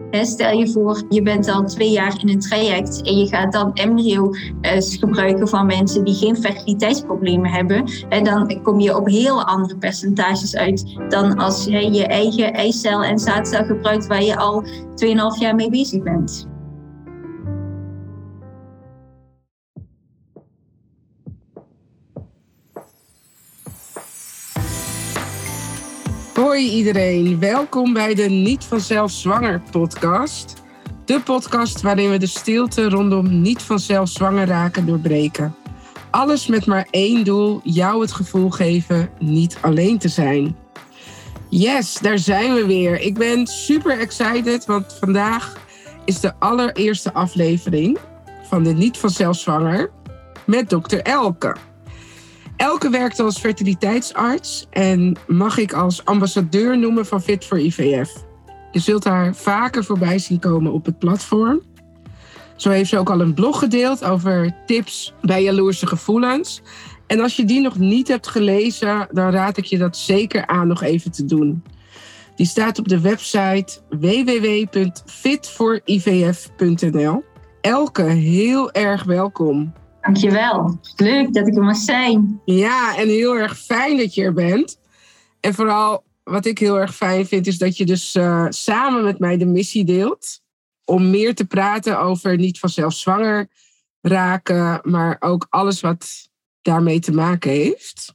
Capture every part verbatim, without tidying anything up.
He, stel je voor, je bent al twee jaar in een traject en je gaat dan embryo's gebruiken van mensen die geen fertiliteitsproblemen hebben. En dan kom je op heel andere percentages uit dan als je je eigen eicel en zaadcel gebruikt waar je al twee komma vijf jaar mee bezig bent. Hoi iedereen, welkom bij de Niet Vanzelf Zwanger podcast. De podcast waarin we de stilte rondom niet vanzelf zwanger raken doorbreken. Alles met maar één doel, jou het gevoel geven niet alleen te zijn. Yes, daar zijn we weer. Ik ben super excited, want vandaag is de allereerste aflevering van de Niet Vanzelf Zwanger met dokter Elke. Elke werkt als fertiliteitsarts en mag ik als ambassadeur noemen van Fit for I V F. Je zult haar vaker voorbij zien komen op het platform. Zo heeft ze ook al een blog gedeeld over tips bij jaloerse gevoelens. En als je die nog niet hebt gelezen, dan raad ik je dat zeker aan nog even te doen. Die staat op de website w w w punt fit for i v f punt n l. Elke, heel erg welkom. Dankjewel. Leuk dat ik er mag zijn. Ja, en heel erg fijn dat je er bent. En vooral wat ik heel erg fijn vind, is dat je dus uh, samen met mij de missie deelt. Om meer te praten over niet vanzelf zwanger raken, maar ook alles wat daarmee te maken heeft.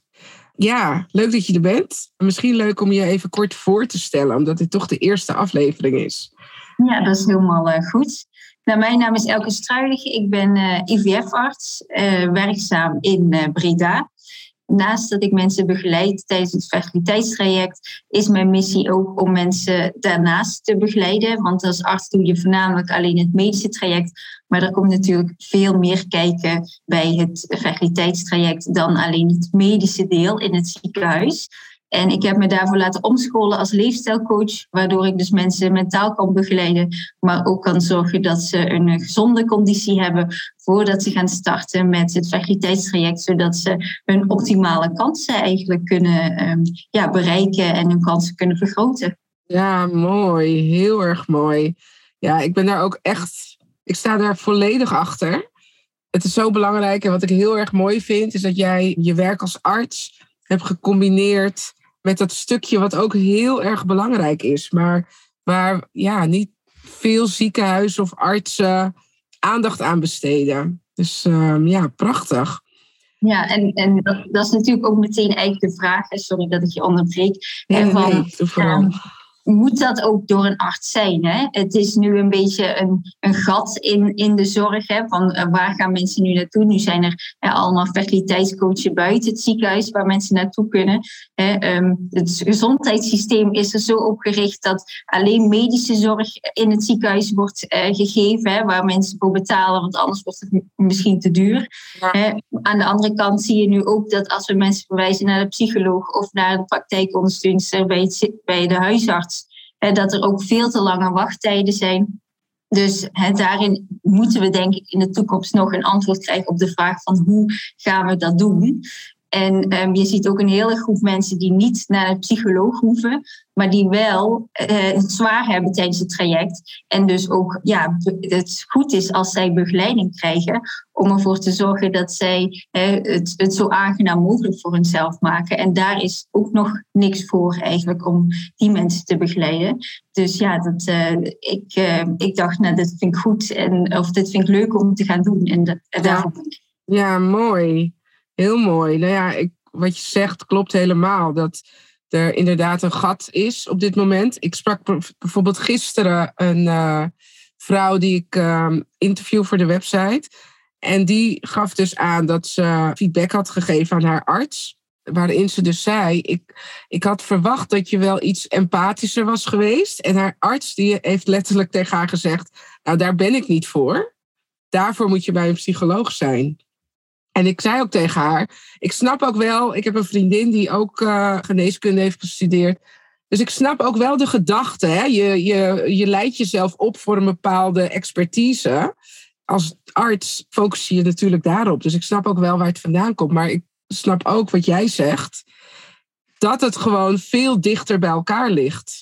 Ja, leuk dat je er bent. Misschien leuk om je even kort voor te stellen, omdat dit toch de eerste aflevering is. Ja, dat is helemaal uh, goed. Nou, mijn naam is Elke Struilige. Ik ben uh, I V F-arts, uh, werkzaam in uh, Breda. Naast dat ik mensen begeleid tijdens het fertiliteitstraject, is mijn missie ook om mensen daarnaast te begeleiden. Want als arts doe je voornamelijk alleen het medische traject. Maar er komt natuurlijk veel meer kijken bij het fertiliteitstraject dan alleen het medische deel in het ziekenhuis. En ik heb me daarvoor laten omscholen als leefstijlcoach, waardoor ik dus mensen mentaal kan begeleiden, maar ook kan zorgen dat ze een gezonde conditie hebben voordat ze gaan starten met het fertiliteitstraject, zodat ze hun optimale kansen eigenlijk kunnen um, ja, bereiken en hun kansen kunnen vergroten. Ja, mooi. Heel erg mooi. Ja, ik ben daar ook echt, ik sta daar volledig achter. Het is zo belangrijk en wat ik heel erg mooi vind, is dat jij je werk als arts hebt gecombineerd met dat stukje wat ook heel erg belangrijk is. Maar waar ja, niet veel ziekenhuizen of artsen aandacht aan besteden. Dus uh, ja, prachtig. Ja, en, en dat, dat is natuurlijk ook meteen eigenlijk de vraag. Sorry dat ik je onderbreek. Nee, en van, nee, vooral. Um, moet dat ook door een arts zijn? Hè? Het is nu een beetje een, een gat in, in de zorg. Hè? Van, uh, waar gaan mensen nu naartoe? Nu zijn er uh, allemaal fertiliteitscoaches buiten het ziekenhuis waar mensen naartoe kunnen. Hè? Um, het gezondheidssysteem is er zo opgericht dat alleen medische zorg in het ziekenhuis wordt uh, gegeven. Hè? Waar mensen voor betalen, want anders wordt het misschien te duur. Ja. Hè? Aan de andere kant zie je nu ook dat als we mensen verwijzen naar de psycholoog of naar de praktijkondersteunster bij, het, bij de huisarts, dat er ook veel te lange wachttijden zijn. Dus he, daarin moeten we denk ik in de toekomst nog een antwoord krijgen op de vraag van hoe gaan we dat doen. En um, je ziet ook een hele groep mensen die niet naar een psycholoog hoeven, maar die wel uh, het zwaar hebben tijdens het traject. En dus ook ja, het goed is als zij begeleiding krijgen om ervoor te zorgen dat zij uh, het, het zo aangenaam mogelijk voor hunzelf maken. En daar is ook nog niks voor eigenlijk om die mensen te begeleiden. Dus ja, dat, uh, ik, uh, ik dacht, nou, dit vind ik goed en of dit vind ik leuk om te gaan doen. En de, ja. Daarom... ja, mooi. Heel mooi. Nou ja, ik, wat je zegt klopt helemaal. Dat er inderdaad een gat is op dit moment. Ik sprak bijvoorbeeld gisteren een uh, vrouw die ik uh, interview voor de website. En die gaf dus aan dat ze feedback had gegeven aan haar arts. Waarin ze dus zei, ik, ik had verwacht dat je wel iets empathischer was geweest. En haar arts die heeft letterlijk tegen haar gezegd, nou daar ben ik niet voor. Daarvoor moet je bij een psycholoog zijn. En ik zei ook tegen haar, ik snap ook wel, ik heb een vriendin die ook uh, geneeskunde heeft gestudeerd. Dus ik snap ook wel de gedachte. Hè? Je, je, je leidt jezelf op voor een bepaalde expertise. Als arts focus je je natuurlijk daarop. Dus ik snap ook wel waar het vandaan komt. Maar ik snap ook wat jij zegt. Dat het gewoon veel dichter bij elkaar ligt.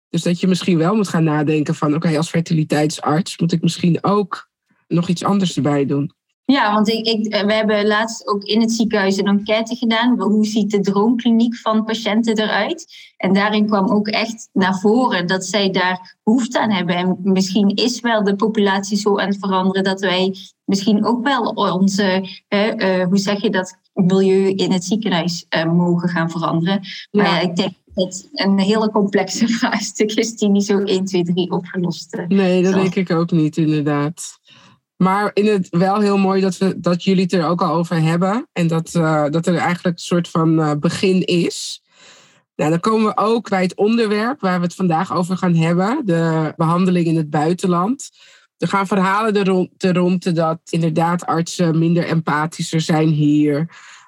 Dus dat je misschien wel moet gaan nadenken van... oké, okay, als fertiliteitsarts moet ik misschien ook nog iets anders erbij doen. Ja, want ik, ik, we hebben laatst ook in het ziekenhuis een enquête gedaan. Hoe ziet de droomkliniek van patiënten eruit? En daarin kwam ook echt naar voren dat zij daar behoefte aan hebben. En misschien is wel de populatie zo aan het veranderen dat wij misschien ook wel onze, uh, uh, hoe zeg je dat, milieu in het ziekenhuis uh, mogen gaan veranderen. Maar ja, ja ik denk dat het een hele complexe vraagstuk is die niet zo één, twee, drie opgelost is. Nee, dat denk ik ook niet, inderdaad. Maar in het wel heel mooi dat, we, dat jullie het er ook al over hebben. En dat, uh, dat er eigenlijk een soort van uh, begin is. Nou, dan komen we ook bij het onderwerp waar we het vandaag over gaan hebben. De behandeling in het buitenland. Er gaan verhalen er rond, te rond dat inderdaad artsen minder empathischer zijn hier.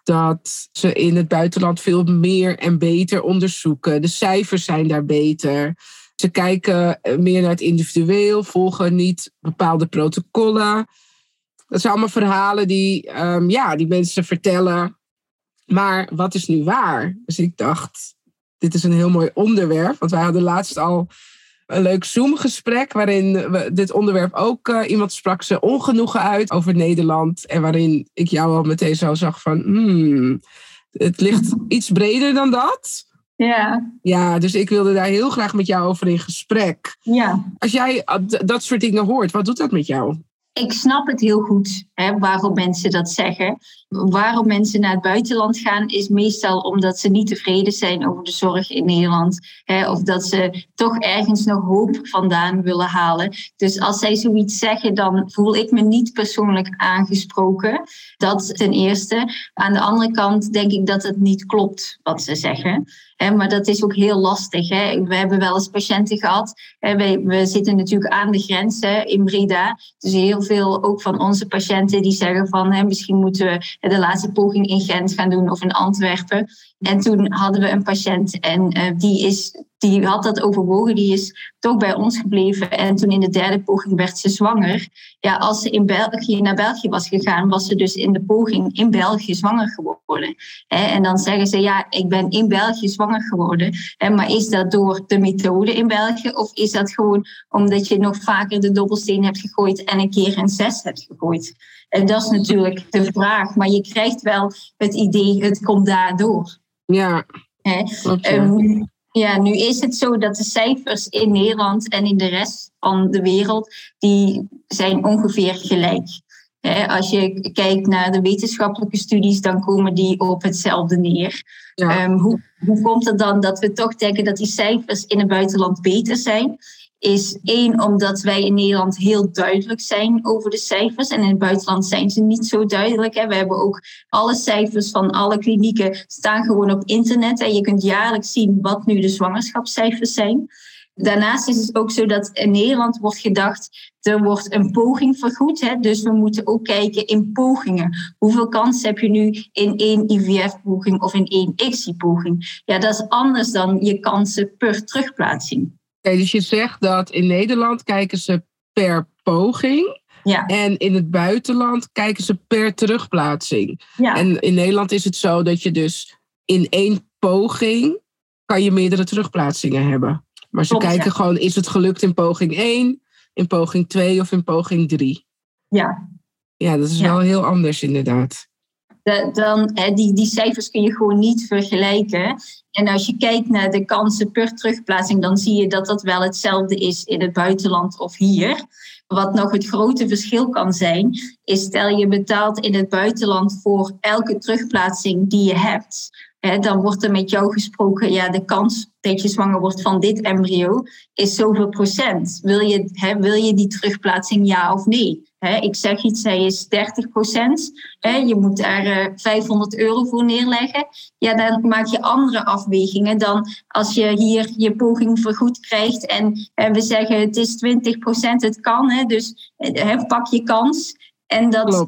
Dat ze in het buitenland veel meer en beter onderzoeken. De cijfers zijn daar beter. Ze kijken meer naar het individueel, volgen niet bepaalde protocollen. Dat zijn allemaal verhalen die, um, ja, die mensen vertellen. Maar wat is nu waar? Dus ik dacht, dit is een heel mooi onderwerp. Want wij hadden laatst al een leuk Zoom-gesprek... waarin we dit onderwerp ook... Uh, iemand sprak ze ongenoegen uit over Nederland. En waarin ik jou al meteen zo zag van... Hmm, het ligt iets breder dan dat... Ja. Ja, dus ik wilde daar heel graag met jou over in gesprek. Ja. Als jij dat soort dingen hoort, wat doet dat met jou? Ik snap het heel goed, hè, waarom mensen dat zeggen. Waarom mensen naar het buitenland gaan is meestal omdat ze niet tevreden zijn over de zorg in Nederland. Hè, of dat ze toch ergens nog hoop vandaan willen halen. Dus als zij zoiets zeggen, dan voel ik me niet persoonlijk aangesproken. Dat ten eerste. Aan de andere kant denk ik dat het niet klopt wat ze zeggen. Hè, maar dat is ook heel lastig. Hè. We hebben wel eens patiënten gehad. Hè, we, we zitten natuurlijk aan de grens hè, in Breda. Dus heel veel ook van onze patiënten die zeggen van... Hè, misschien moeten we de laatste poging in Gent gaan doen of in Antwerpen. En toen hadden we een patiënt en uh, die, is, die had dat overwogen. Die is toch bij ons gebleven. En toen in de derde poging werd ze zwanger. Ja, als ze in België naar België was gegaan, was ze dus in de poging in België zwanger geworden. En dan zeggen ze, ja, ik ben in België zwanger geworden. Maar is dat door de methode in België? Of is dat gewoon omdat je nog vaker de dobbelsteen hebt gegooid en een keer een zes hebt gegooid? En dat is natuurlijk de vraag. Maar je krijgt wel het idee, het komt daardoor. Ja, klopt, ja. Um, ja, nu is het zo dat de cijfers in Nederland en in de rest van de wereld, die zijn ongeveer gelijk. He, als je kijkt naar de wetenschappelijke studies, dan komen die op hetzelfde neer. Ja. Um, hoe, hoe komt het dan dat we toch denken dat die cijfers in het buitenland beter zijn? Is één, omdat wij in Nederland heel duidelijk zijn over de cijfers. En in het buitenland zijn ze niet zo duidelijk. Hè. We hebben ook alle cijfers van alle klinieken staan gewoon op internet. En je kunt jaarlijks zien wat nu de zwangerschapscijfers zijn. Daarnaast is het ook zo dat in Nederland wordt gedacht, er wordt een poging vergoed. Hè? Dus we moeten ook kijken in pogingen. Hoeveel kans heb je nu in één I V F-poging of in één I C S I-poging? Ja, dat is anders dan je kansen per terugplaatsing. Okay, dus je zegt dat in Nederland kijken ze per poging. Ja. En in het buitenland kijken ze per terugplaatsing. Ja. En in Nederland is het zo dat je dus in één poging kan je meerdere terugplaatsingen hebben. Maar ze Klopt, kijken ja. gewoon, is het gelukt in poging één, in poging twee of in poging drie? Ja. Ja, dat is ja. wel heel anders inderdaad. De, dan, hè, die, die cijfers kun je gewoon niet vergelijken. En als je kijkt naar de kansen per terugplaatsing, dan zie je dat dat wel hetzelfde is in het buitenland of hier. Wat nog het grote verschil kan zijn, is stel je betaalt in het buitenland voor elke terugplaatsing die je hebt. Hè, dan wordt er met jou gesproken, ja, de kans dat je zwanger wordt van dit embryo is zoveel procent. Wil je, hè, wil je die terugplaatsing ja of nee? Hè, ik zeg iets, hij is dertig procent. Hè, je moet daar uh, vijfhonderd euro voor neerleggen. Ja, dan maak je andere afwegingen dan als je hier je poging vergoed krijgt. En hè, we zeggen het is twintig procent, het kan. Hè, dus hè, pak je kans. En dat...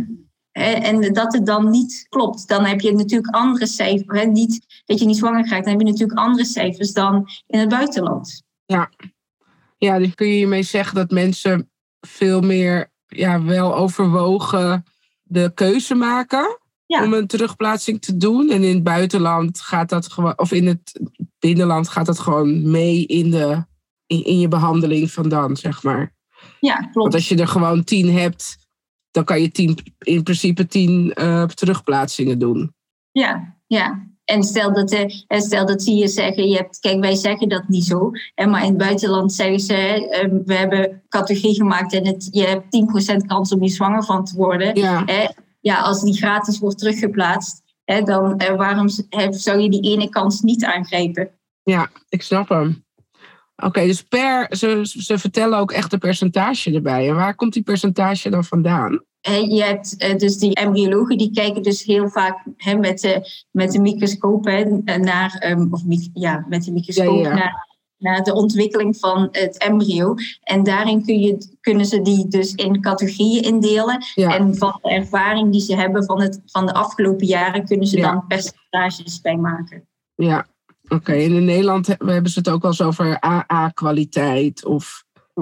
En dat het dan niet klopt. Dan heb je natuurlijk andere cijfers. Hè? Niet dat je niet zwanger krijgt. Dan heb je natuurlijk andere cijfers dan in het buitenland. Ja, ja, dus kun je hiermee zeggen dat mensen veel meer ja, wel overwogen de keuze maken ja. om een terugplaatsing te doen. En in het buitenland gaat dat gewoon, of in het binnenland gaat dat gewoon mee in, de, in, in je behandeling van dan, zeg maar. Ja, klopt. Want als je er gewoon tien hebt, dan kan je tien, in principe tien uh, terugplaatsingen doen. Ja, ja. En stel dat, uh, stel dat ze hier zeggen, je hebt, kijk, wij zeggen dat niet zo. Hè, maar in het buitenland zeggen ze, uh, we hebben categorie gemaakt en het, je hebt tien procent kans om hier zwanger van te worden. Ja, Hè, ja als die gratis wordt teruggeplaatst, hè, dan uh, waarom zou je die ene kans niet aangrijpen? Ja, ik snap hem. Oké, okay, dus per, ze, ze vertellen ook echt een percentage erbij. En waar komt die percentage dan vandaan? Je hebt uh, dus die embryologen, die kijken dus heel vaak he, met, de, met de microscoop he, naar, um, of ja, met de microscoop ja, ja. Naar, naar de ontwikkeling van het embryo. En daarin kun je, kunnen ze die dus in categorieën indelen. Ja. En van de ervaring die ze hebben van, het, van de afgelopen jaren kunnen ze ja. dan percentages bij maken. Ja, oké. Okay. En in Nederland hebben ze het ook wel eens over A A-kwaliteit of...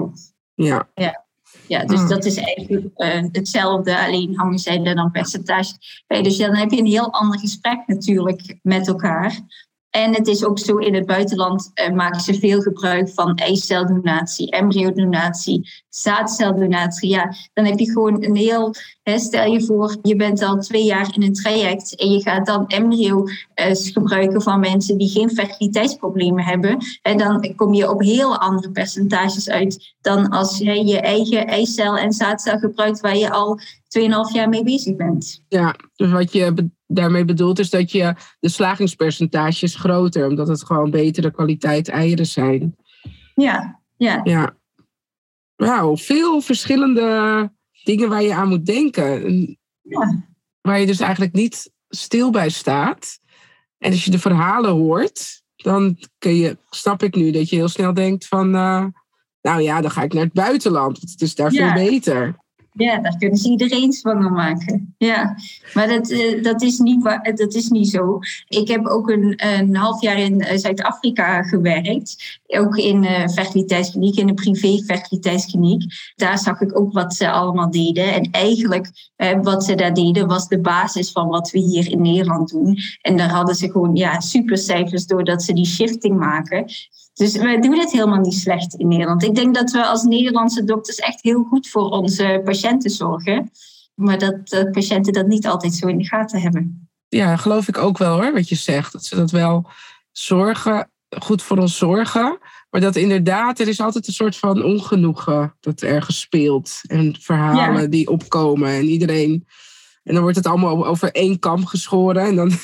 Ja. Ja. Ja, dus ah. dat is eigenlijk uh, hetzelfde, alleen hangen zij er dan percentages bij. Dus dan heb je een heel ander gesprek natuurlijk met elkaar. En het is ook zo, in het buitenland uh, maken ze veel gebruik van eiceldonatie, embryodonatie, zaadceldonatie. Ja, dan heb je gewoon een heel... Hè, stel je voor, je bent al twee jaar in een traject en je gaat dan embryo's uh, gebruiken van mensen die geen fertiliteitsproblemen hebben. En dan kom je op heel andere percentages uit dan als hè, je eigen eicel en zaadcel gebruikt waar je al tweeënhalf jaar mee bezig bent. Ja, dus wat je be- daarmee bedoelt is dat je de slagingspercentage is groter, omdat het gewoon betere kwaliteit eieren zijn. Ja, ja. Ja. Wauw, veel verschillende dingen waar je aan moet denken. Ja. Waar je dus eigenlijk niet stil bij staat. En als je de verhalen hoort, dan kun je, snap ik nu dat je heel snel denkt van... Uh, nou ja, dan ga ik naar het buitenland, want het is daar ja. veel beter. Ja, daar kunnen ze iedereen zwanger maken. Ja, maar dat, uh, dat, is niet wa- dat is niet zo. Ik heb ook een, een half jaar in uh, Zuid-Afrika gewerkt. Ook in uh, fertiliteitskliniek, in een privé fertiliteitskliniek. Daar zag ik ook wat ze allemaal deden. En eigenlijk uh, wat ze daar deden was de basis van wat we hier in Nederland doen. En daar hadden ze gewoon ja, supercijfers doordat ze die shifting maken. Dus wij doen het helemaal niet slecht in Nederland. Ik denk dat we als Nederlandse dokters echt heel goed voor onze patiënten zorgen. Maar dat de patiënten dat niet altijd zo in de gaten hebben. Ja, geloof ik ook wel hoor, wat je zegt. Dat ze dat wel zorgen, goed voor ons zorgen. Maar dat inderdaad, er is altijd een soort van ongenoegen dat ergens speelt. En verhalen ja. die opkomen en iedereen... En dan wordt het allemaal over één kam geschoren en dan...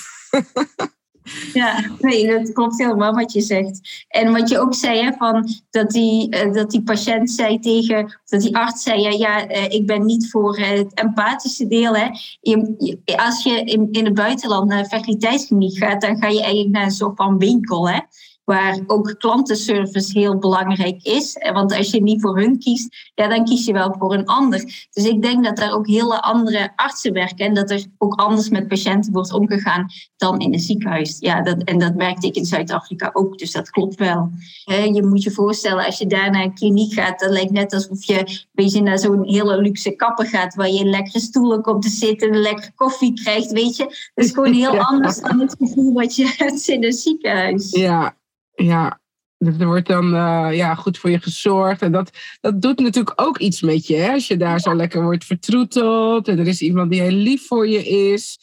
Ja, nee, dat klopt helemaal wat je zegt. En wat je ook zei, hè, van dat, die, uh, dat die patiënt zei tegen, dat die arts zei, ja, ja uh, ik ben niet voor uh, het empathische deel. Hè. Je, je, als je in, in het buitenland naar een fertiliteitskliniek gaat, dan ga je eigenlijk naar een soort van winkel, hè. Waar ook klantenservice heel belangrijk is. Want als je niet voor hun kiest, ja, dan kies je wel voor een ander. Dus ik denk dat daar ook hele andere artsen werken. En dat er ook anders met patiënten wordt omgegaan dan in het ziekenhuis. Ja, dat, en dat merkte ik in Zuid-Afrika ook. Dus dat klopt wel. He, je moet je voorstellen, als je daar naar een kliniek gaat, dat lijkt net alsof je een beetje naar zo'n hele luxe kapper gaat, waar je in lekkere stoelen komt te zitten en een lekkere koffie krijgt, weet je. Dat is gewoon heel anders dan het gevoel wat je hebt in een ziekenhuis. Ja. Ja, er wordt dan uh, ja, goed voor je gezorgd. En dat, dat doet natuurlijk ook iets met je. Hè? Als je daar zo lekker wordt vertroeteld. En er is iemand die heel lief voor je is.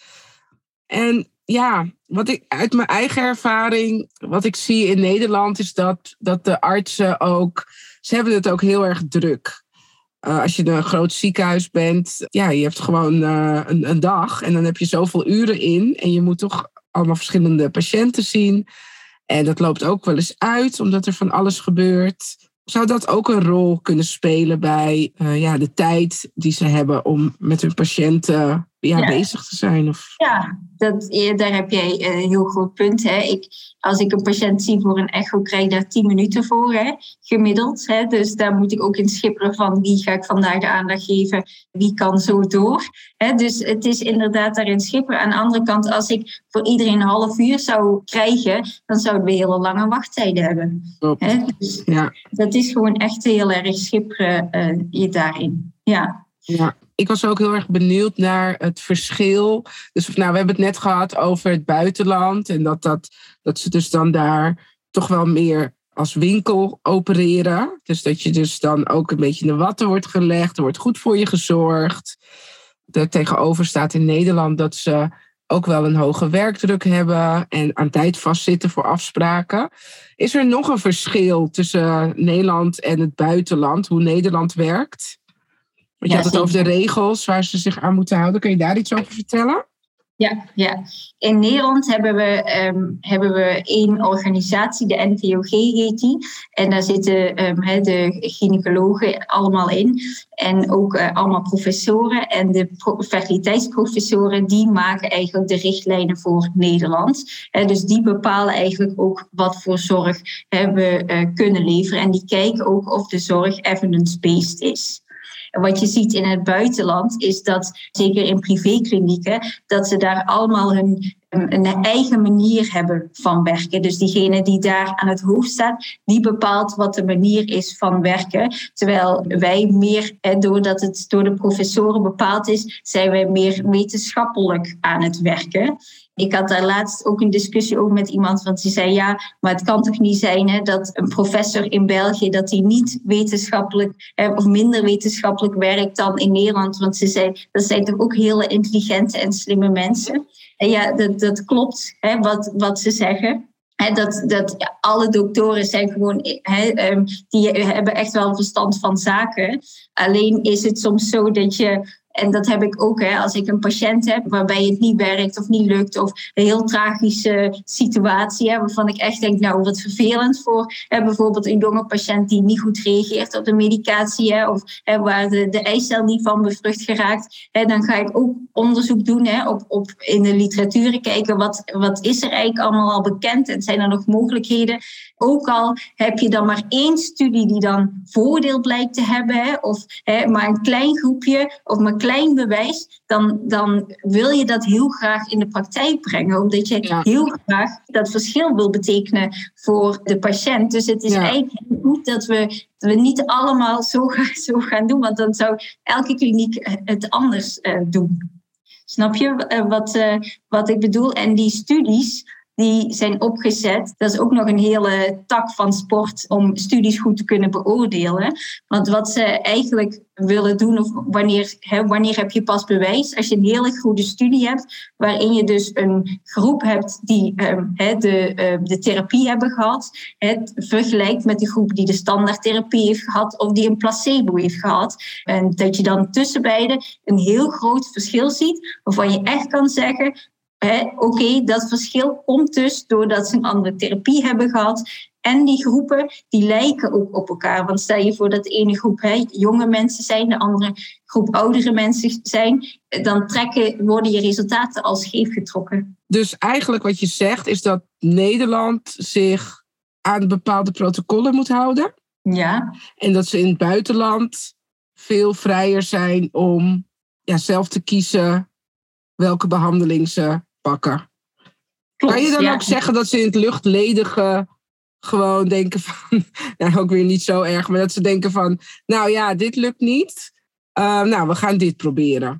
En ja, wat ik uit mijn eigen ervaring, wat ik zie in Nederland, is dat, dat de artsen ook, ze hebben het ook heel erg druk. Uh, als je in een groot ziekenhuis bent, ja, je hebt gewoon uh, een, een dag. En dan heb je zoveel uren in. En je moet toch allemaal verschillende patiënten zien. En dat loopt ook wel eens uit, omdat er van alles gebeurt. Zou dat ook een rol kunnen spelen bij uh, ja, de tijd die ze hebben om met hun patiënten ja, ja. bezig te zijn? Of... Ja, dat, daar heb jij een heel groot punt. Hè. Ik, als ik een patiënt zie voor een echo, krijg ik daar tien minuten voor, hè, gemiddeld. Hè. Dus daar moet ik ook in schipperen van wie ga ik vandaag de aandacht geven, wie kan zo door. Hè. Dus het is inderdaad daarin schipperen. Aan de andere kant, als ik voor iedereen een half uur zou krijgen, dan zouden we hele lange wachttijden hebben. Hè. Dus ja. dat is gewoon echt heel erg schipperen uh, je daarin. Ja. Ja. Ik was ook heel erg benieuwd naar het verschil. Dus nou, we hebben het net gehad over het buitenland. En dat, dat, dat ze dus dan daar toch wel meer als winkel opereren. Dus dat je dus dan ook een beetje in de watten wordt gelegd. Er wordt goed voor je gezorgd. Er tegenover staat in Nederland dat ze ook wel een hoge werkdruk hebben en aan tijd vastzitten voor afspraken. Is er nog een verschil tussen Nederland en het buitenland, hoe Nederland werkt? Want je Ja, had het over de zeker. regels waar ze zich aan moeten houden. Kun je daar iets over vertellen? Ja, ja. In Nederland hebben we, um, hebben we één organisatie, de N V O G heet die. En daar zitten um, he, de gynaecologen allemaal in. En ook uh, allemaal professoren. En de pro- fertiliteitsprofessoren die maken eigenlijk de richtlijnen voor Nederland. He, dus die bepalen eigenlijk ook wat voor zorg he, we uh, kunnen leveren. En die kijken ook of de zorg evidence-based is. En wat je ziet in het buitenland is dat, zeker in privéklinieken, dat ze daar allemaal hun, een eigen manier hebben van werken. Dus diegene die daar aan het hoofd staat, die bepaalt wat de manier is van werken. Terwijl wij meer, doordat het door de professoren bepaald is, zijn wij meer wetenschappelijk aan het werken. Ik had daar laatst ook een discussie over met iemand, want die zei ja, maar het kan toch niet zijn hè, dat een professor in België, dat hij niet wetenschappelijk hè, of minder wetenschappelijk werkt dan in Nederland. Want ze zei, dat zijn toch ook hele intelligente en slimme mensen. En ja, dat, dat klopt hè, wat, wat ze zeggen. He, dat, dat ja, alle doktoren zijn gewoon, he, um, die hebben echt wel verstand van zaken. Alleen is het soms zo dat je, en dat heb ik ook, hè, als ik een patiënt heb waarbij het niet werkt of niet lukt, of een heel tragische situatie, hè, waarvan ik echt denk, nou wat vervelend voor hè, bijvoorbeeld een jonge patiënt die niet goed reageert op de medicatie, hè, of hè, waar de, de eicel niet van bevrucht geraakt, hè, dan ga ik ook onderzoek doen, hè, op, op in de literatuur kijken, wat, wat is er eigenlijk allemaal al bekend en zijn er nog mogelijkheden. Ook al heb je dan maar één studie die dan voordeel blijkt te hebben, hè, of hè, maar een klein groepje of maar klein bewijs, dan, dan wil je dat heel graag in de praktijk brengen, omdat je Ja. heel graag dat verschil wil betekenen voor de patiënt. Dus het is Ja. eigenlijk heel goed dat we, dat we niet allemaal zo, zo gaan doen, want dan zou elke kliniek het anders uh, doen. Snap je uh, wat, uh, wat ik bedoel? En die studies die zijn opgezet. Dat is ook nog een hele tak van sport om studies goed te kunnen beoordelen. Want wat ze eigenlijk willen doen, of wanneer, hè, wanneer heb je pas bewijs? Als je een hele goede studie hebt, waarin je dus een groep hebt die um, hè, de, uh, de therapie hebben gehad, het vergelijkt met de groep die de standaardtherapie heeft gehad of die een placebo heeft gehad. En dat je dan tussen beide een heel groot verschil ziet, waarvan je echt kan zeggen, Oké, okay, dat verschil komt dus doordat ze een andere therapie hebben gehad. En die groepen die lijken ook op elkaar. Want stel je voor dat de ene groep hè, jonge mensen zijn, de andere groep oudere mensen zijn, dan trekken, worden je resultaten al scheef getrokken. Dus eigenlijk wat je zegt is dat Nederland zich aan bepaalde protocollen moet houden. Ja. En dat ze in het buitenland veel vrijer zijn om ja, zelf te kiezen welke behandeling ze pakken. Klopt, kan je dan ja. ook zeggen dat ze in het luchtledige gewoon denken van, nou ook weer niet zo erg, maar dat ze denken van, nou ja, dit lukt niet. Uh, nou, we gaan dit proberen.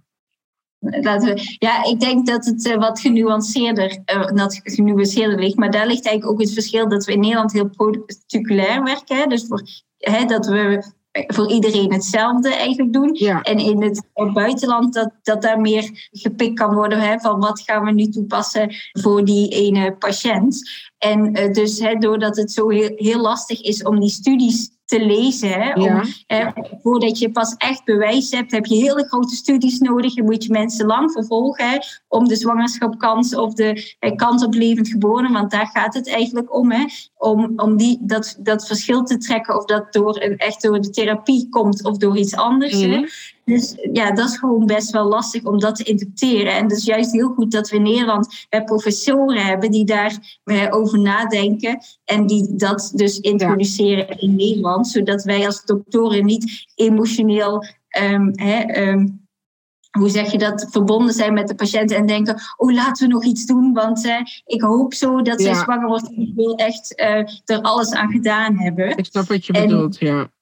Laten we, ja, ik denk dat het uh, wat genuanceerder, uh, dat genuanceerder ligt. Maar daar ligt eigenlijk ook het verschil dat we in Nederland heel particulair werken. Hè? Dus voor, hè, dat we voor iedereen hetzelfde eigenlijk doen. Ja. En in het buitenland dat, dat daar meer gepikt kan worden hè, van wat gaan we nu toepassen voor die ene patiënt. En uh, dus hè, doordat het zo heel, heel lastig is om die studies te lezen. Hè, om, ja. hè, voordat je pas echt bewijs hebt, heb je hele grote studies nodig. Je moet je mensen lang vervolgen hè, om de zwangerschapskans of de hè, kans op levend geboren, want daar gaat het eigenlijk om. Hè, om om die, dat, dat verschil te trekken of dat door, echt door de therapie komt of door iets anders. Mm-hmm. Hè. Dus ja, dat is gewoon best wel lastig om dat te interpreteren. En het is juist heel goed dat we in Nederland hè, professoren hebben die daarover nadenken en die dat dus introduceren ja. in Nederland, zodat wij als doktoren niet emotioneel, um, hè, um, hoe zeg je dat, verbonden zijn met de patiënt en denken, oh laten we nog iets doen, want uh, ik hoop zo dat zij ja. zwanger wordt en ik wil echt uh, er alles aan gedaan hebben. Ik snap wat je en, bedoelt, ja.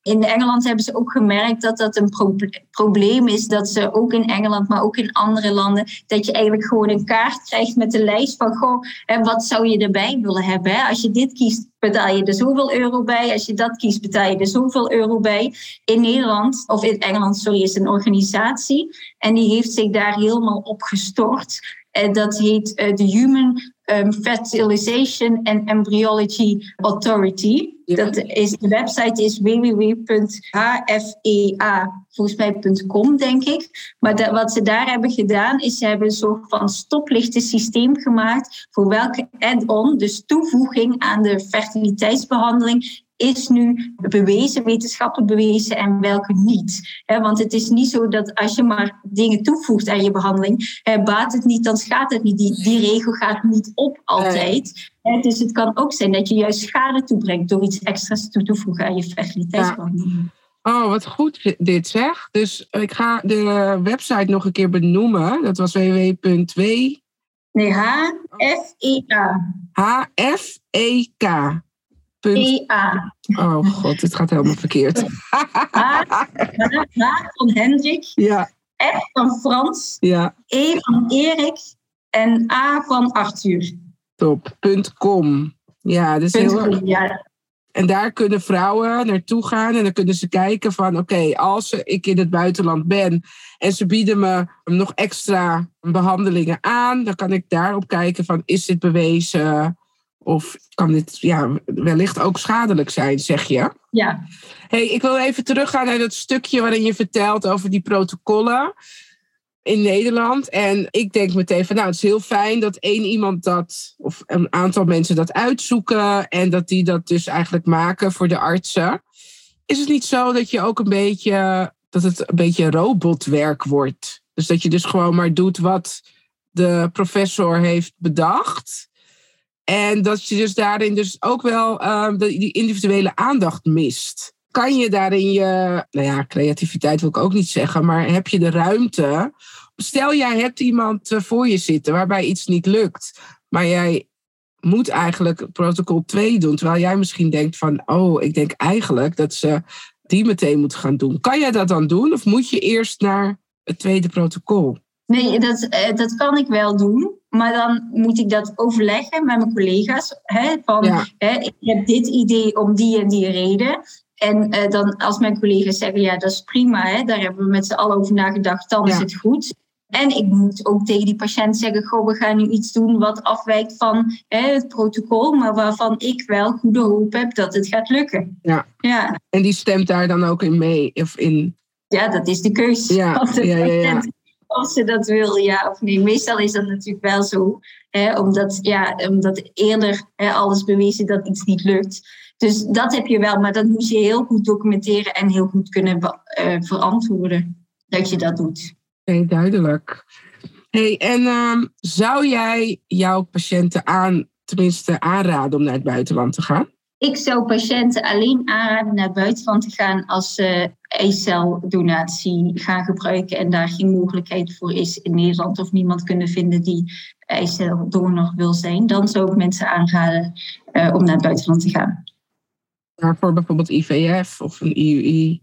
In Engeland hebben ze ook gemerkt dat dat een pro- probleem is. Dat ze ook in Engeland, maar ook in andere landen, dat je eigenlijk gewoon een kaart krijgt met de lijst van, goh, hè, wat zou je erbij willen hebben? Hè? Als je dit kiest, betaal je er zoveel euro bij. Als je dat kiest, betaal je er zoveel euro bij. In Nederland, of in Engeland, sorry, is een organisatie. En die heeft zich daar helemaal op gestort. En dat heet uh, de Human um, Fertilization and Embryology Authority. Ja. Dat is, de website is w w w punt h f e a volgens mij punt com, denk ik. Maar dat, wat ze daar hebben gedaan, is ze hebben een soort van stoplichtensysteem gemaakt voor welke add-on, dus toevoeging aan de fertiliteitsbehandeling, is nu bewezen, wetenschappelijk bewezen en welke niet. He, want het is niet zo dat als je maar dingen toevoegt aan je behandeling, he, baat het niet, dan schaadt het niet. Die, die regel gaat niet op altijd. He, dus het kan ook zijn dat je juist schade toebrengt door iets extra's toe te voegen aan je fertiliteitsbehandeling. Ja. Oh, wat goed dit zeg. Dus ik ga de website nog een keer benoemen. Dat was w w w punt w. Nee, H F E A. H F E K. E A. Oh god, het gaat helemaal verkeerd. H, H van Hendrik. Ja. F van Frans. Ja. E van Erik. En A van Arthur. Top. .com. Ja, dus heel erg. Ja. En daar kunnen vrouwen naartoe gaan en dan kunnen ze kijken van oké, okay, als ik in het buitenland ben en ze bieden me nog extra behandelingen aan, dan kan ik daarop kijken van is dit bewezen of kan dit ja, wellicht ook schadelijk zijn, zeg je? Ja. Hey, ik wil even teruggaan naar dat stukje waarin je vertelt over die protocollen in Nederland. En ik denk meteen van nou, het is heel fijn dat één iemand dat, of een aantal mensen dat uitzoeken en dat die dat dus eigenlijk maken voor de artsen. Is het niet zo dat je ook een beetje, dat het een beetje robotwerk wordt? Dus dat je dus gewoon maar doet wat de professor heeft bedacht. En dat je dus daarin dus ook wel uh, die individuele aandacht mist. Kan je daarin je, nou ja, creativiteit wil ik ook niet zeggen, maar heb je de ruimte? Stel, jij hebt iemand voor je zitten waarbij iets niet lukt, maar jij moet eigenlijk protocol twee doen, terwijl jij misschien denkt van, oh, ik denk eigenlijk dat ze die meteen moet gaan doen. Kan jij dat dan doen of moet je eerst naar het tweede protocol? Nee, dat, dat kan ik wel doen. Maar dan moet ik dat overleggen met mijn collega's. Hè, van, ja. hè, ik heb dit idee om die en die reden. En uh, dan als mijn collega's zeggen, ja, dat is prima. Hè, daar hebben we met z'n allen over nagedacht. Dan ja. is het goed. En ik moet ook tegen die patiënt zeggen, goh, we gaan nu iets doen wat afwijkt van hè, het protocol. Maar waarvan ik wel goede hoop heb dat het gaat lukken. Ja. Ja. En die stemt daar dan ook in mee? Of in... Ja, dat is de keus. Ja, de ja, ja, ja. Of ze dat wil, ja of nee. Meestal is dat natuurlijk wel zo. Hè, omdat, ja, omdat eerder hè, alles bewezen dat iets niet lukt. Dus dat heb je wel. Maar dat moet je heel goed documenteren en heel goed kunnen uh, verantwoorden. Dat je dat doet. Oké, okay, duidelijk. Hey, en uh, zou jij jouw patiënten aan, tenminste aanraden om naar het buitenland te gaan? Ik zou patiënten alleen aanraden naar het buitenland te gaan als ze eiceldonatie gaan gebruiken en daar geen mogelijkheid voor is in Nederland of niemand kunnen vinden die eiceldonor wil zijn. Dan zou ik mensen aanraden uh, om naar het buitenland te gaan. Maar voor bijvoorbeeld I V F of een I U I?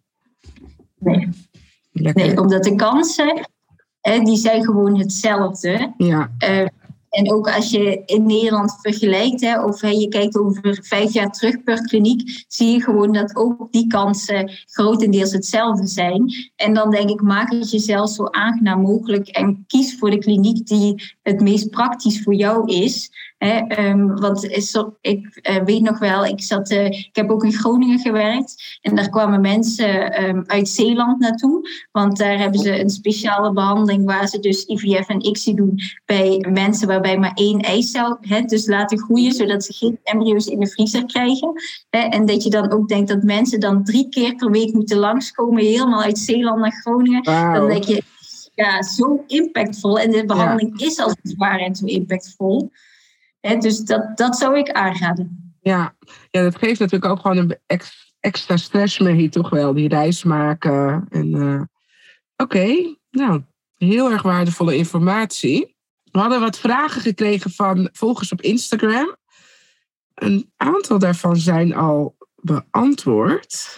Nee. Lekker. Nee, omdat de kansen, hè, die zijn gewoon hetzelfde. Ja. Uh, En ook als je in Nederland vergelijkt, hè, of hè, je kijkt over vijf jaar terug per kliniek, zie je gewoon dat ook die kansen grotendeels hetzelfde zijn. En dan denk ik, maak het jezelf zo aangenaam mogelijk en kies voor de kliniek die het meest praktisch voor jou is. Hè, um, want zo, ik uh, weet nog wel, ik, zat, uh, ik heb ook in Groningen gewerkt en daar kwamen mensen um, uit Zeeland naartoe. Want daar hebben ze een speciale behandeling waar ze dus I V F en I C S I doen bij mensen waarbij maar één eicel hè, dus laten groeien, zodat ze geen embryo's in de vriezer krijgen. Hè, en dat je dan ook denkt dat mensen dan drie keer per week moeten langskomen, helemaal uit Zeeland naar Groningen. Wow. Dan denk je, ja, zo impactvol. En de behandeling ja. is als het ware en zo impactvol. Hè, dus dat, dat zou ik aanraden. Ja. ja, dat geeft natuurlijk ook gewoon een ex, extra stress mee, toch wel, die reis maken. En, uh, Oké, okay. nou, heel erg waardevolle informatie. We hadden wat vragen gekregen van volgers op Instagram. Een aantal daarvan zijn al beantwoord.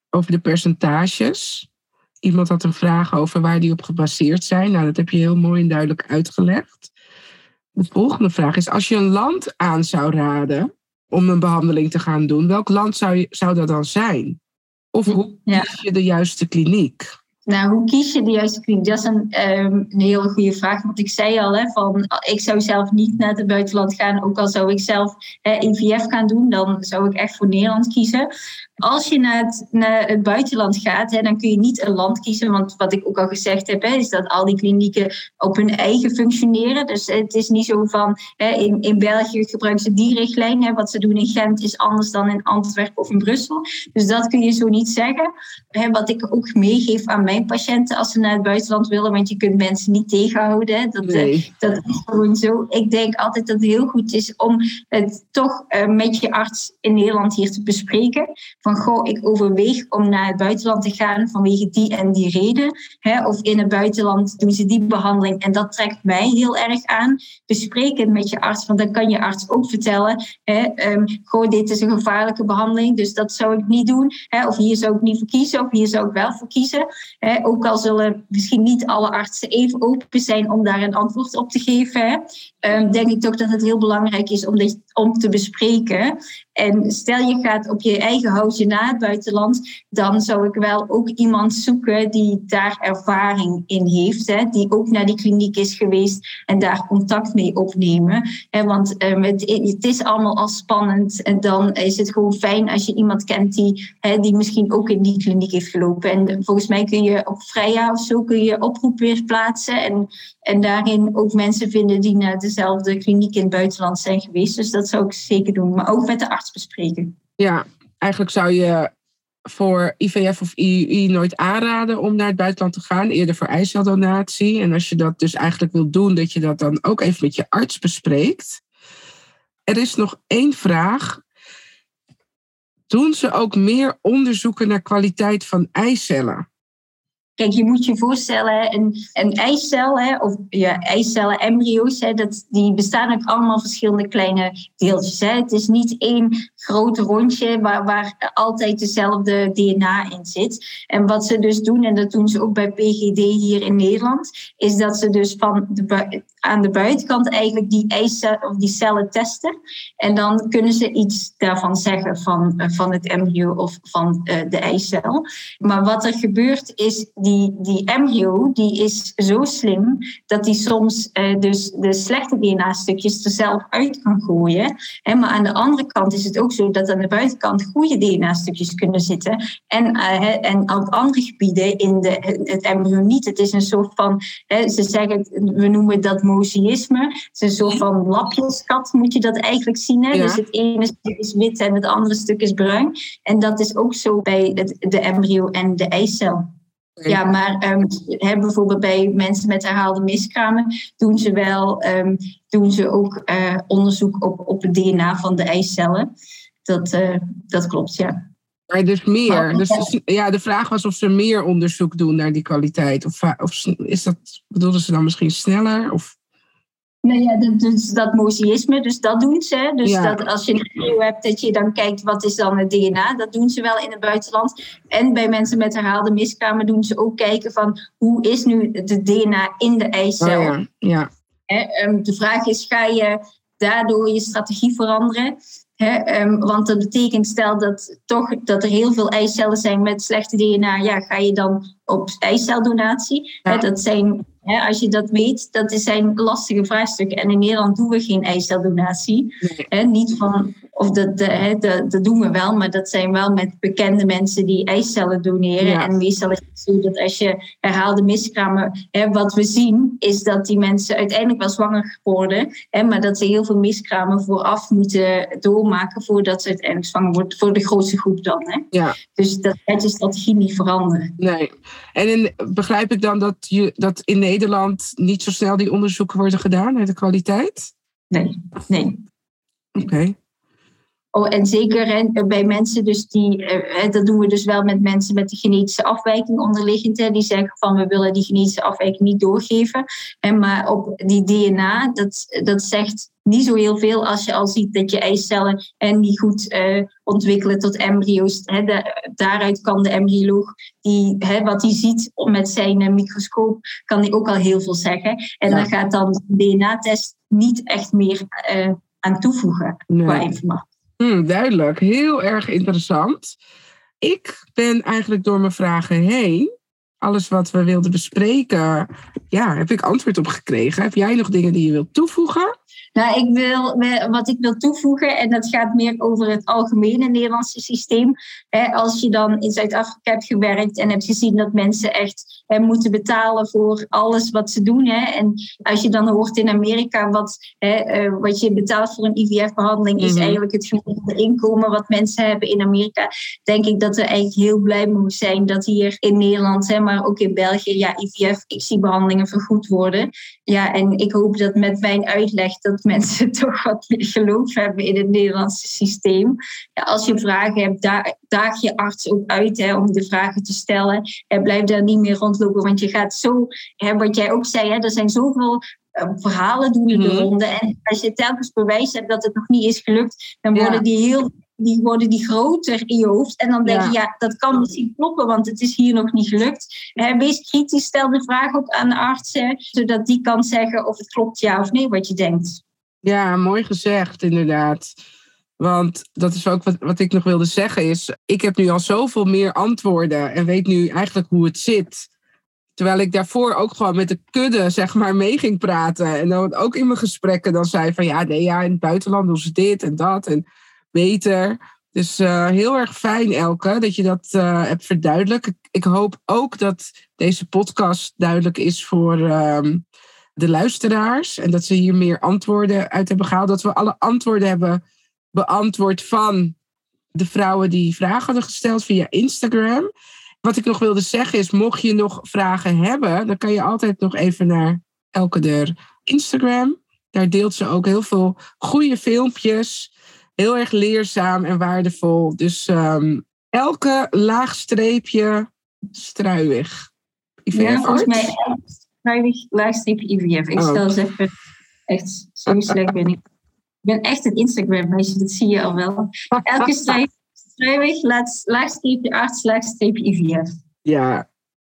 over de percentages. Iemand had een vraag over waar die op gebaseerd zijn. Nou, dat heb je heel mooi en duidelijk uitgelegd. De volgende vraag is, als je een land aan zou raden om een behandeling te gaan doen, welk land zou, je, zou dat dan zijn? Of hoe ja. kies je de juiste kliniek? Nou, hoe kies je de juiste kliniek? Dat is een, um, een hele goede vraag. Want ik zei al, hè, van, ik zou zelf niet naar het buitenland gaan. Ook al zou ik zelf hè, I V F gaan doen, dan zou ik echt voor Nederland kiezen. Als je naar het, naar het buitenland gaat, hè, dan kun je niet een land kiezen. Want wat ik ook al gezegd heb, hè, is dat al die klinieken op hun eigen functioneren. Dus het is niet zo van, hè, in, in België gebruiken ze die richtlijn. Hè, wat ze doen in Gent is anders dan in Antwerpen of in Brussel. Dus dat kun je zo niet zeggen. Hè, wat ik ook meegeef aan mijn patiënten als ze naar het buitenland willen. Want je kunt mensen niet tegenhouden. Hè. Dat, Nee. uh, dat is gewoon zo. Ik denk altijd dat het heel goed is om het toch uh, met je arts in Nederland hier te bespreken. Van, goh, ik overweeg om naar het buitenland te gaan vanwege die en die reden. Hè, of in het buitenland doen ze die behandeling en dat trekt mij heel erg aan. Bespreek het met je arts, want dan kan je arts ook vertellen. Hè, um, goh, dit is een gevaarlijke behandeling, dus dat zou ik niet doen. Hè, of hier zou ik niet voor kiezen, of hier zou ik wel voor kiezen. Hè, ook al zullen misschien niet alle artsen even open zijn om daar een antwoord op te geven. Hè, um, denk ik toch dat het heel belangrijk is om, dit, om te bespreken. En stel je gaat op je eigen houtje naar het buitenland, dan zou ik wel ook iemand zoeken die daar ervaring in heeft. Hè, die ook naar die kliniek is geweest en daar contact mee opnemen. Hè, want um, het, het is allemaal al spannend. En dan is het gewoon fijn als je iemand kent die, hè, die misschien ook in die kliniek heeft gelopen. En volgens mij kun je op Freya of zo kun je oproep weer plaatsen. En, en daarin ook mensen vinden die naar dezelfde kliniek in het buitenland zijn geweest. Dus dat zou ik zeker doen. Maar ook met de arts bespreken. Ja, eigenlijk zou je voor I V F of I U I nooit aanraden om naar het buitenland te gaan. Eerder voor eiceldonatie. En als je dat dus eigenlijk wilt doen, dat je dat dan ook even met je arts bespreekt. Er is nog één vraag. Doen ze ook meer onderzoeken naar kwaliteit van eicellen? Kijk, je moet je voorstellen, een, een eicel, hè, of ja, eicellen, embryo's, hè, dat, die bestaan uit allemaal verschillende kleine deeltjes. Hè. Het is niet één groot rondje waar, waar altijd dezelfde D N A in zit. En wat ze dus doen, en dat doen ze ook bij P G D hier in Nederland, is dat ze dus van de bu- aan de buitenkant eigenlijk die eicellen of die cellen testen. En dan kunnen ze iets daarvan zeggen van, van het embryo of van uh, de eicel. Maar wat er gebeurt is, die, die embryo die is zo slim dat die soms uh, dus de slechte D N A-stukjes er zelf uit kan gooien. Hè, maar aan de andere kant is het ook zo dat aan de buitenkant goede D N A-stukjes kunnen zitten. En, uh, en op andere gebieden in de, het embryo niet. Het is een soort van, hè, ze zeggen, we noemen dat mosaïsme. Het is een soort van lapjeskat, moet je dat eigenlijk zien. Hè? Ja. Dus het ene stuk is wit en het andere stuk is bruin. En dat is ook zo bij het, de embryo en de eicel. Okay. Ja, maar um, hè, bijvoorbeeld bij mensen met herhaalde miskramen doen ze wel um, doen ze ook uh, onderzoek op, op het D N A van de eicellen. Dat, uh, dat klopt, ja. Maar dus meer. Dus, ja, de vraag was of ze meer onderzoek doen naar die kwaliteit. Of, of is dat, bedoelden ze dan misschien sneller? Of... Nou ja, dat, dus dat mosaïsme, dus dat doen ze. Dus ja. dat als je een embryo hebt, dat je dan kijkt wat is dan het D N A. Dat doen ze wel in het buitenland. En bij mensen met herhaalde miskramen doen ze ook kijken van hoe is nu de D N A in de eicel. Oh ja. Ja. He, um, de vraag is, ga je daardoor je strategie veranderen? He, um, want dat betekent, stel dat, toch, dat er heel veel eicellen zijn met slechte D N A. Ja, ga je dan op eiceldonatie? Ja. He, dat zijn... He, als je dat weet, dat zijn lastige vraagstukken. En in Nederland doen we geen eiceldonatie. Nee. He, niet van, of dat, he, dat, dat doen we wel, maar dat zijn wel met bekende mensen die eicellen doneren. Ja. En meestal is het zo dat als je herhaalde miskramen... He, wat we zien, is dat die mensen uiteindelijk wel zwanger worden. He, maar dat ze heel veel miskramen vooraf moeten doormaken voordat ze uiteindelijk zwanger worden. Voor de grootste groep dan. He. Ja. Dus dat gaat je strategie niet veranderen. Nee. En in, begrijp ik dan dat, je, dat in Nederland... Nederland niet zo snel die onderzoeken worden gedaan naar de kwaliteit? Nee, nee. Oké. Okay. Oh, en zeker hè, bij mensen, dus die, uh, dat doen we dus wel met mensen met de genetische afwijking onderliggend. Hè, die zeggen van we willen die genetische afwijking niet doorgeven. En maar op die D N A, dat, dat zegt niet zo heel veel als je al ziet dat je eicellen en die goed uh, ontwikkelen tot embryo's. Hè, de, daaruit kan de embryoloog, die, hè, wat hij ziet met zijn uh, microscoop, kan hij ook al heel veel zeggen. En ja. Dan gaat dan de D N A-test niet echt meer uh, aan toevoegen nee. qua informatie. Hmm, duidelijk, heel erg interessant. Ik ben eigenlijk door mijn vragen heen, alles wat we wilden bespreken, ja, heb ik antwoord op gekregen. Heb jij nog dingen die je wilt toevoegen? Nou, ik wil, wat ik wil toevoegen, en dat gaat meer over het algemene Nederlandse systeem. Als je dan in Zuid-Afrika hebt gewerkt en hebt gezien dat mensen echt moeten betalen voor alles wat ze doen. En als je dan hoort in Amerika wat, wat je betaalt voor een I V F-behandeling, is eigenlijk het gemiddelde inkomen wat mensen hebben in Amerika. Denk ik dat we eigenlijk heel blij mogen zijn dat hier in Nederland, maar ook in België, ja, I V F-I C I-behandelingen vergoed worden. Ja, en ik hoop dat met mijn uitleg dat mensen toch wat meer geloof hebben in het Nederlandse systeem. Ja, als je vragen hebt, daag, daag je arts ook uit hè, om de vragen te stellen. En blijf daar niet meer rondlopen, want je gaat zo, hè, wat jij ook zei, hè, er zijn zoveel uh, verhalen doen in de Mm-hmm. ronde. En als je telkens bewijs hebt dat het nog niet is gelukt, dan worden ja. die heel... die worden die groter in je hoofd. En dan denk je, ja, ja dat kan misschien kloppen, want het is hier nog niet gelukt. Wees kritisch, stel de vraag ook aan de arts, hè, zodat die kan zeggen of het klopt ja of nee wat je denkt. Ja, mooi gezegd, inderdaad. Want dat is ook wat, wat ik nog wilde zeggen is, ik heb nu al zoveel meer antwoorden en weet nu eigenlijk hoe het zit. Terwijl ik daarvoor ook gewoon met de kudde, zeg maar, mee ging praten. En dan ook in mijn gesprekken dan zei van, ja, nee, ja, in het buitenland doen ze dit en dat en beter. Dus uh, heel erg fijn, Elke, dat je dat uh, hebt verduidelijkt. Ik, ik hoop ook dat deze podcast duidelijk is voor uh, de luisteraars. En dat ze hier meer antwoorden uit hebben gehaald. Dat we alle antwoorden hebben beantwoord van de vrouwen die vragen hadden gesteld via Instagram. Wat ik nog wilde zeggen is, mocht je nog vragen hebben, dan kan je altijd nog even naar Elke de Instagram. Daar deelt ze ook heel veel goede filmpjes. Heel erg leerzaam en waardevol. Dus um, Elke laagstreepje Struijweg. I V F ja, volgens mij Struijweg laagstreepje I V F. Ik oh. stel eens even echt zo slecht ben ik. Ik ben echt een Instagram meisje, dat zie je al wel. Elke Struijweg laagstreepje arts laagstreepje I V F. Ja.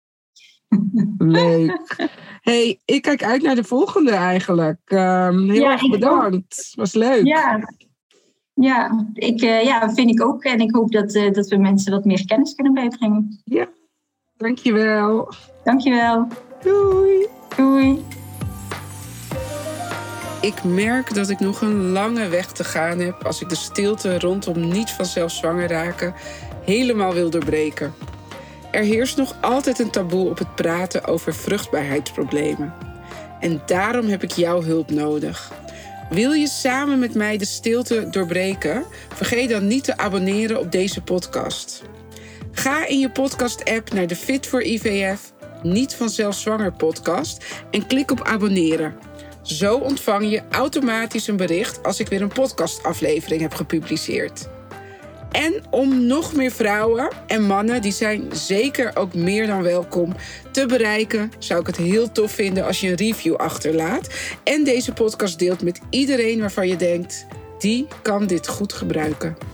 Leuk. Hey, ik kijk uit naar de volgende eigenlijk. Um, heel ja, erg bedankt. Het was leuk. Ja. Ja, ik, uh, ja, vind ik ook. En ik hoop dat, uh, dat we mensen wat meer kennis kunnen bijbrengen. Ja, dankjewel. Dankjewel. Doei. Doei. Ik merk dat ik nog een lange weg te gaan heb als ik de stilte rondom niet vanzelf zwanger raken helemaal wil doorbreken. Er heerst nog altijd een taboe op het praten over vruchtbaarheidsproblemen. En daarom heb ik jouw hulp nodig. Wil je samen met mij de stilte doorbreken? Vergeet dan niet te abonneren op deze podcast. Ga in je podcast-app naar de Fit voor I V F Niet Vanzelf Zwanger podcast en klik op abonneren. Zo ontvang je automatisch een bericht als ik weer een podcastaflevering heb gepubliceerd. En om nog meer vrouwen en mannen, die zijn zeker ook meer dan welkom, te bereiken, zou ik het heel tof vinden als je een review achterlaat en deze podcast deelt met iedereen waarvan je denkt, die kan dit goed gebruiken.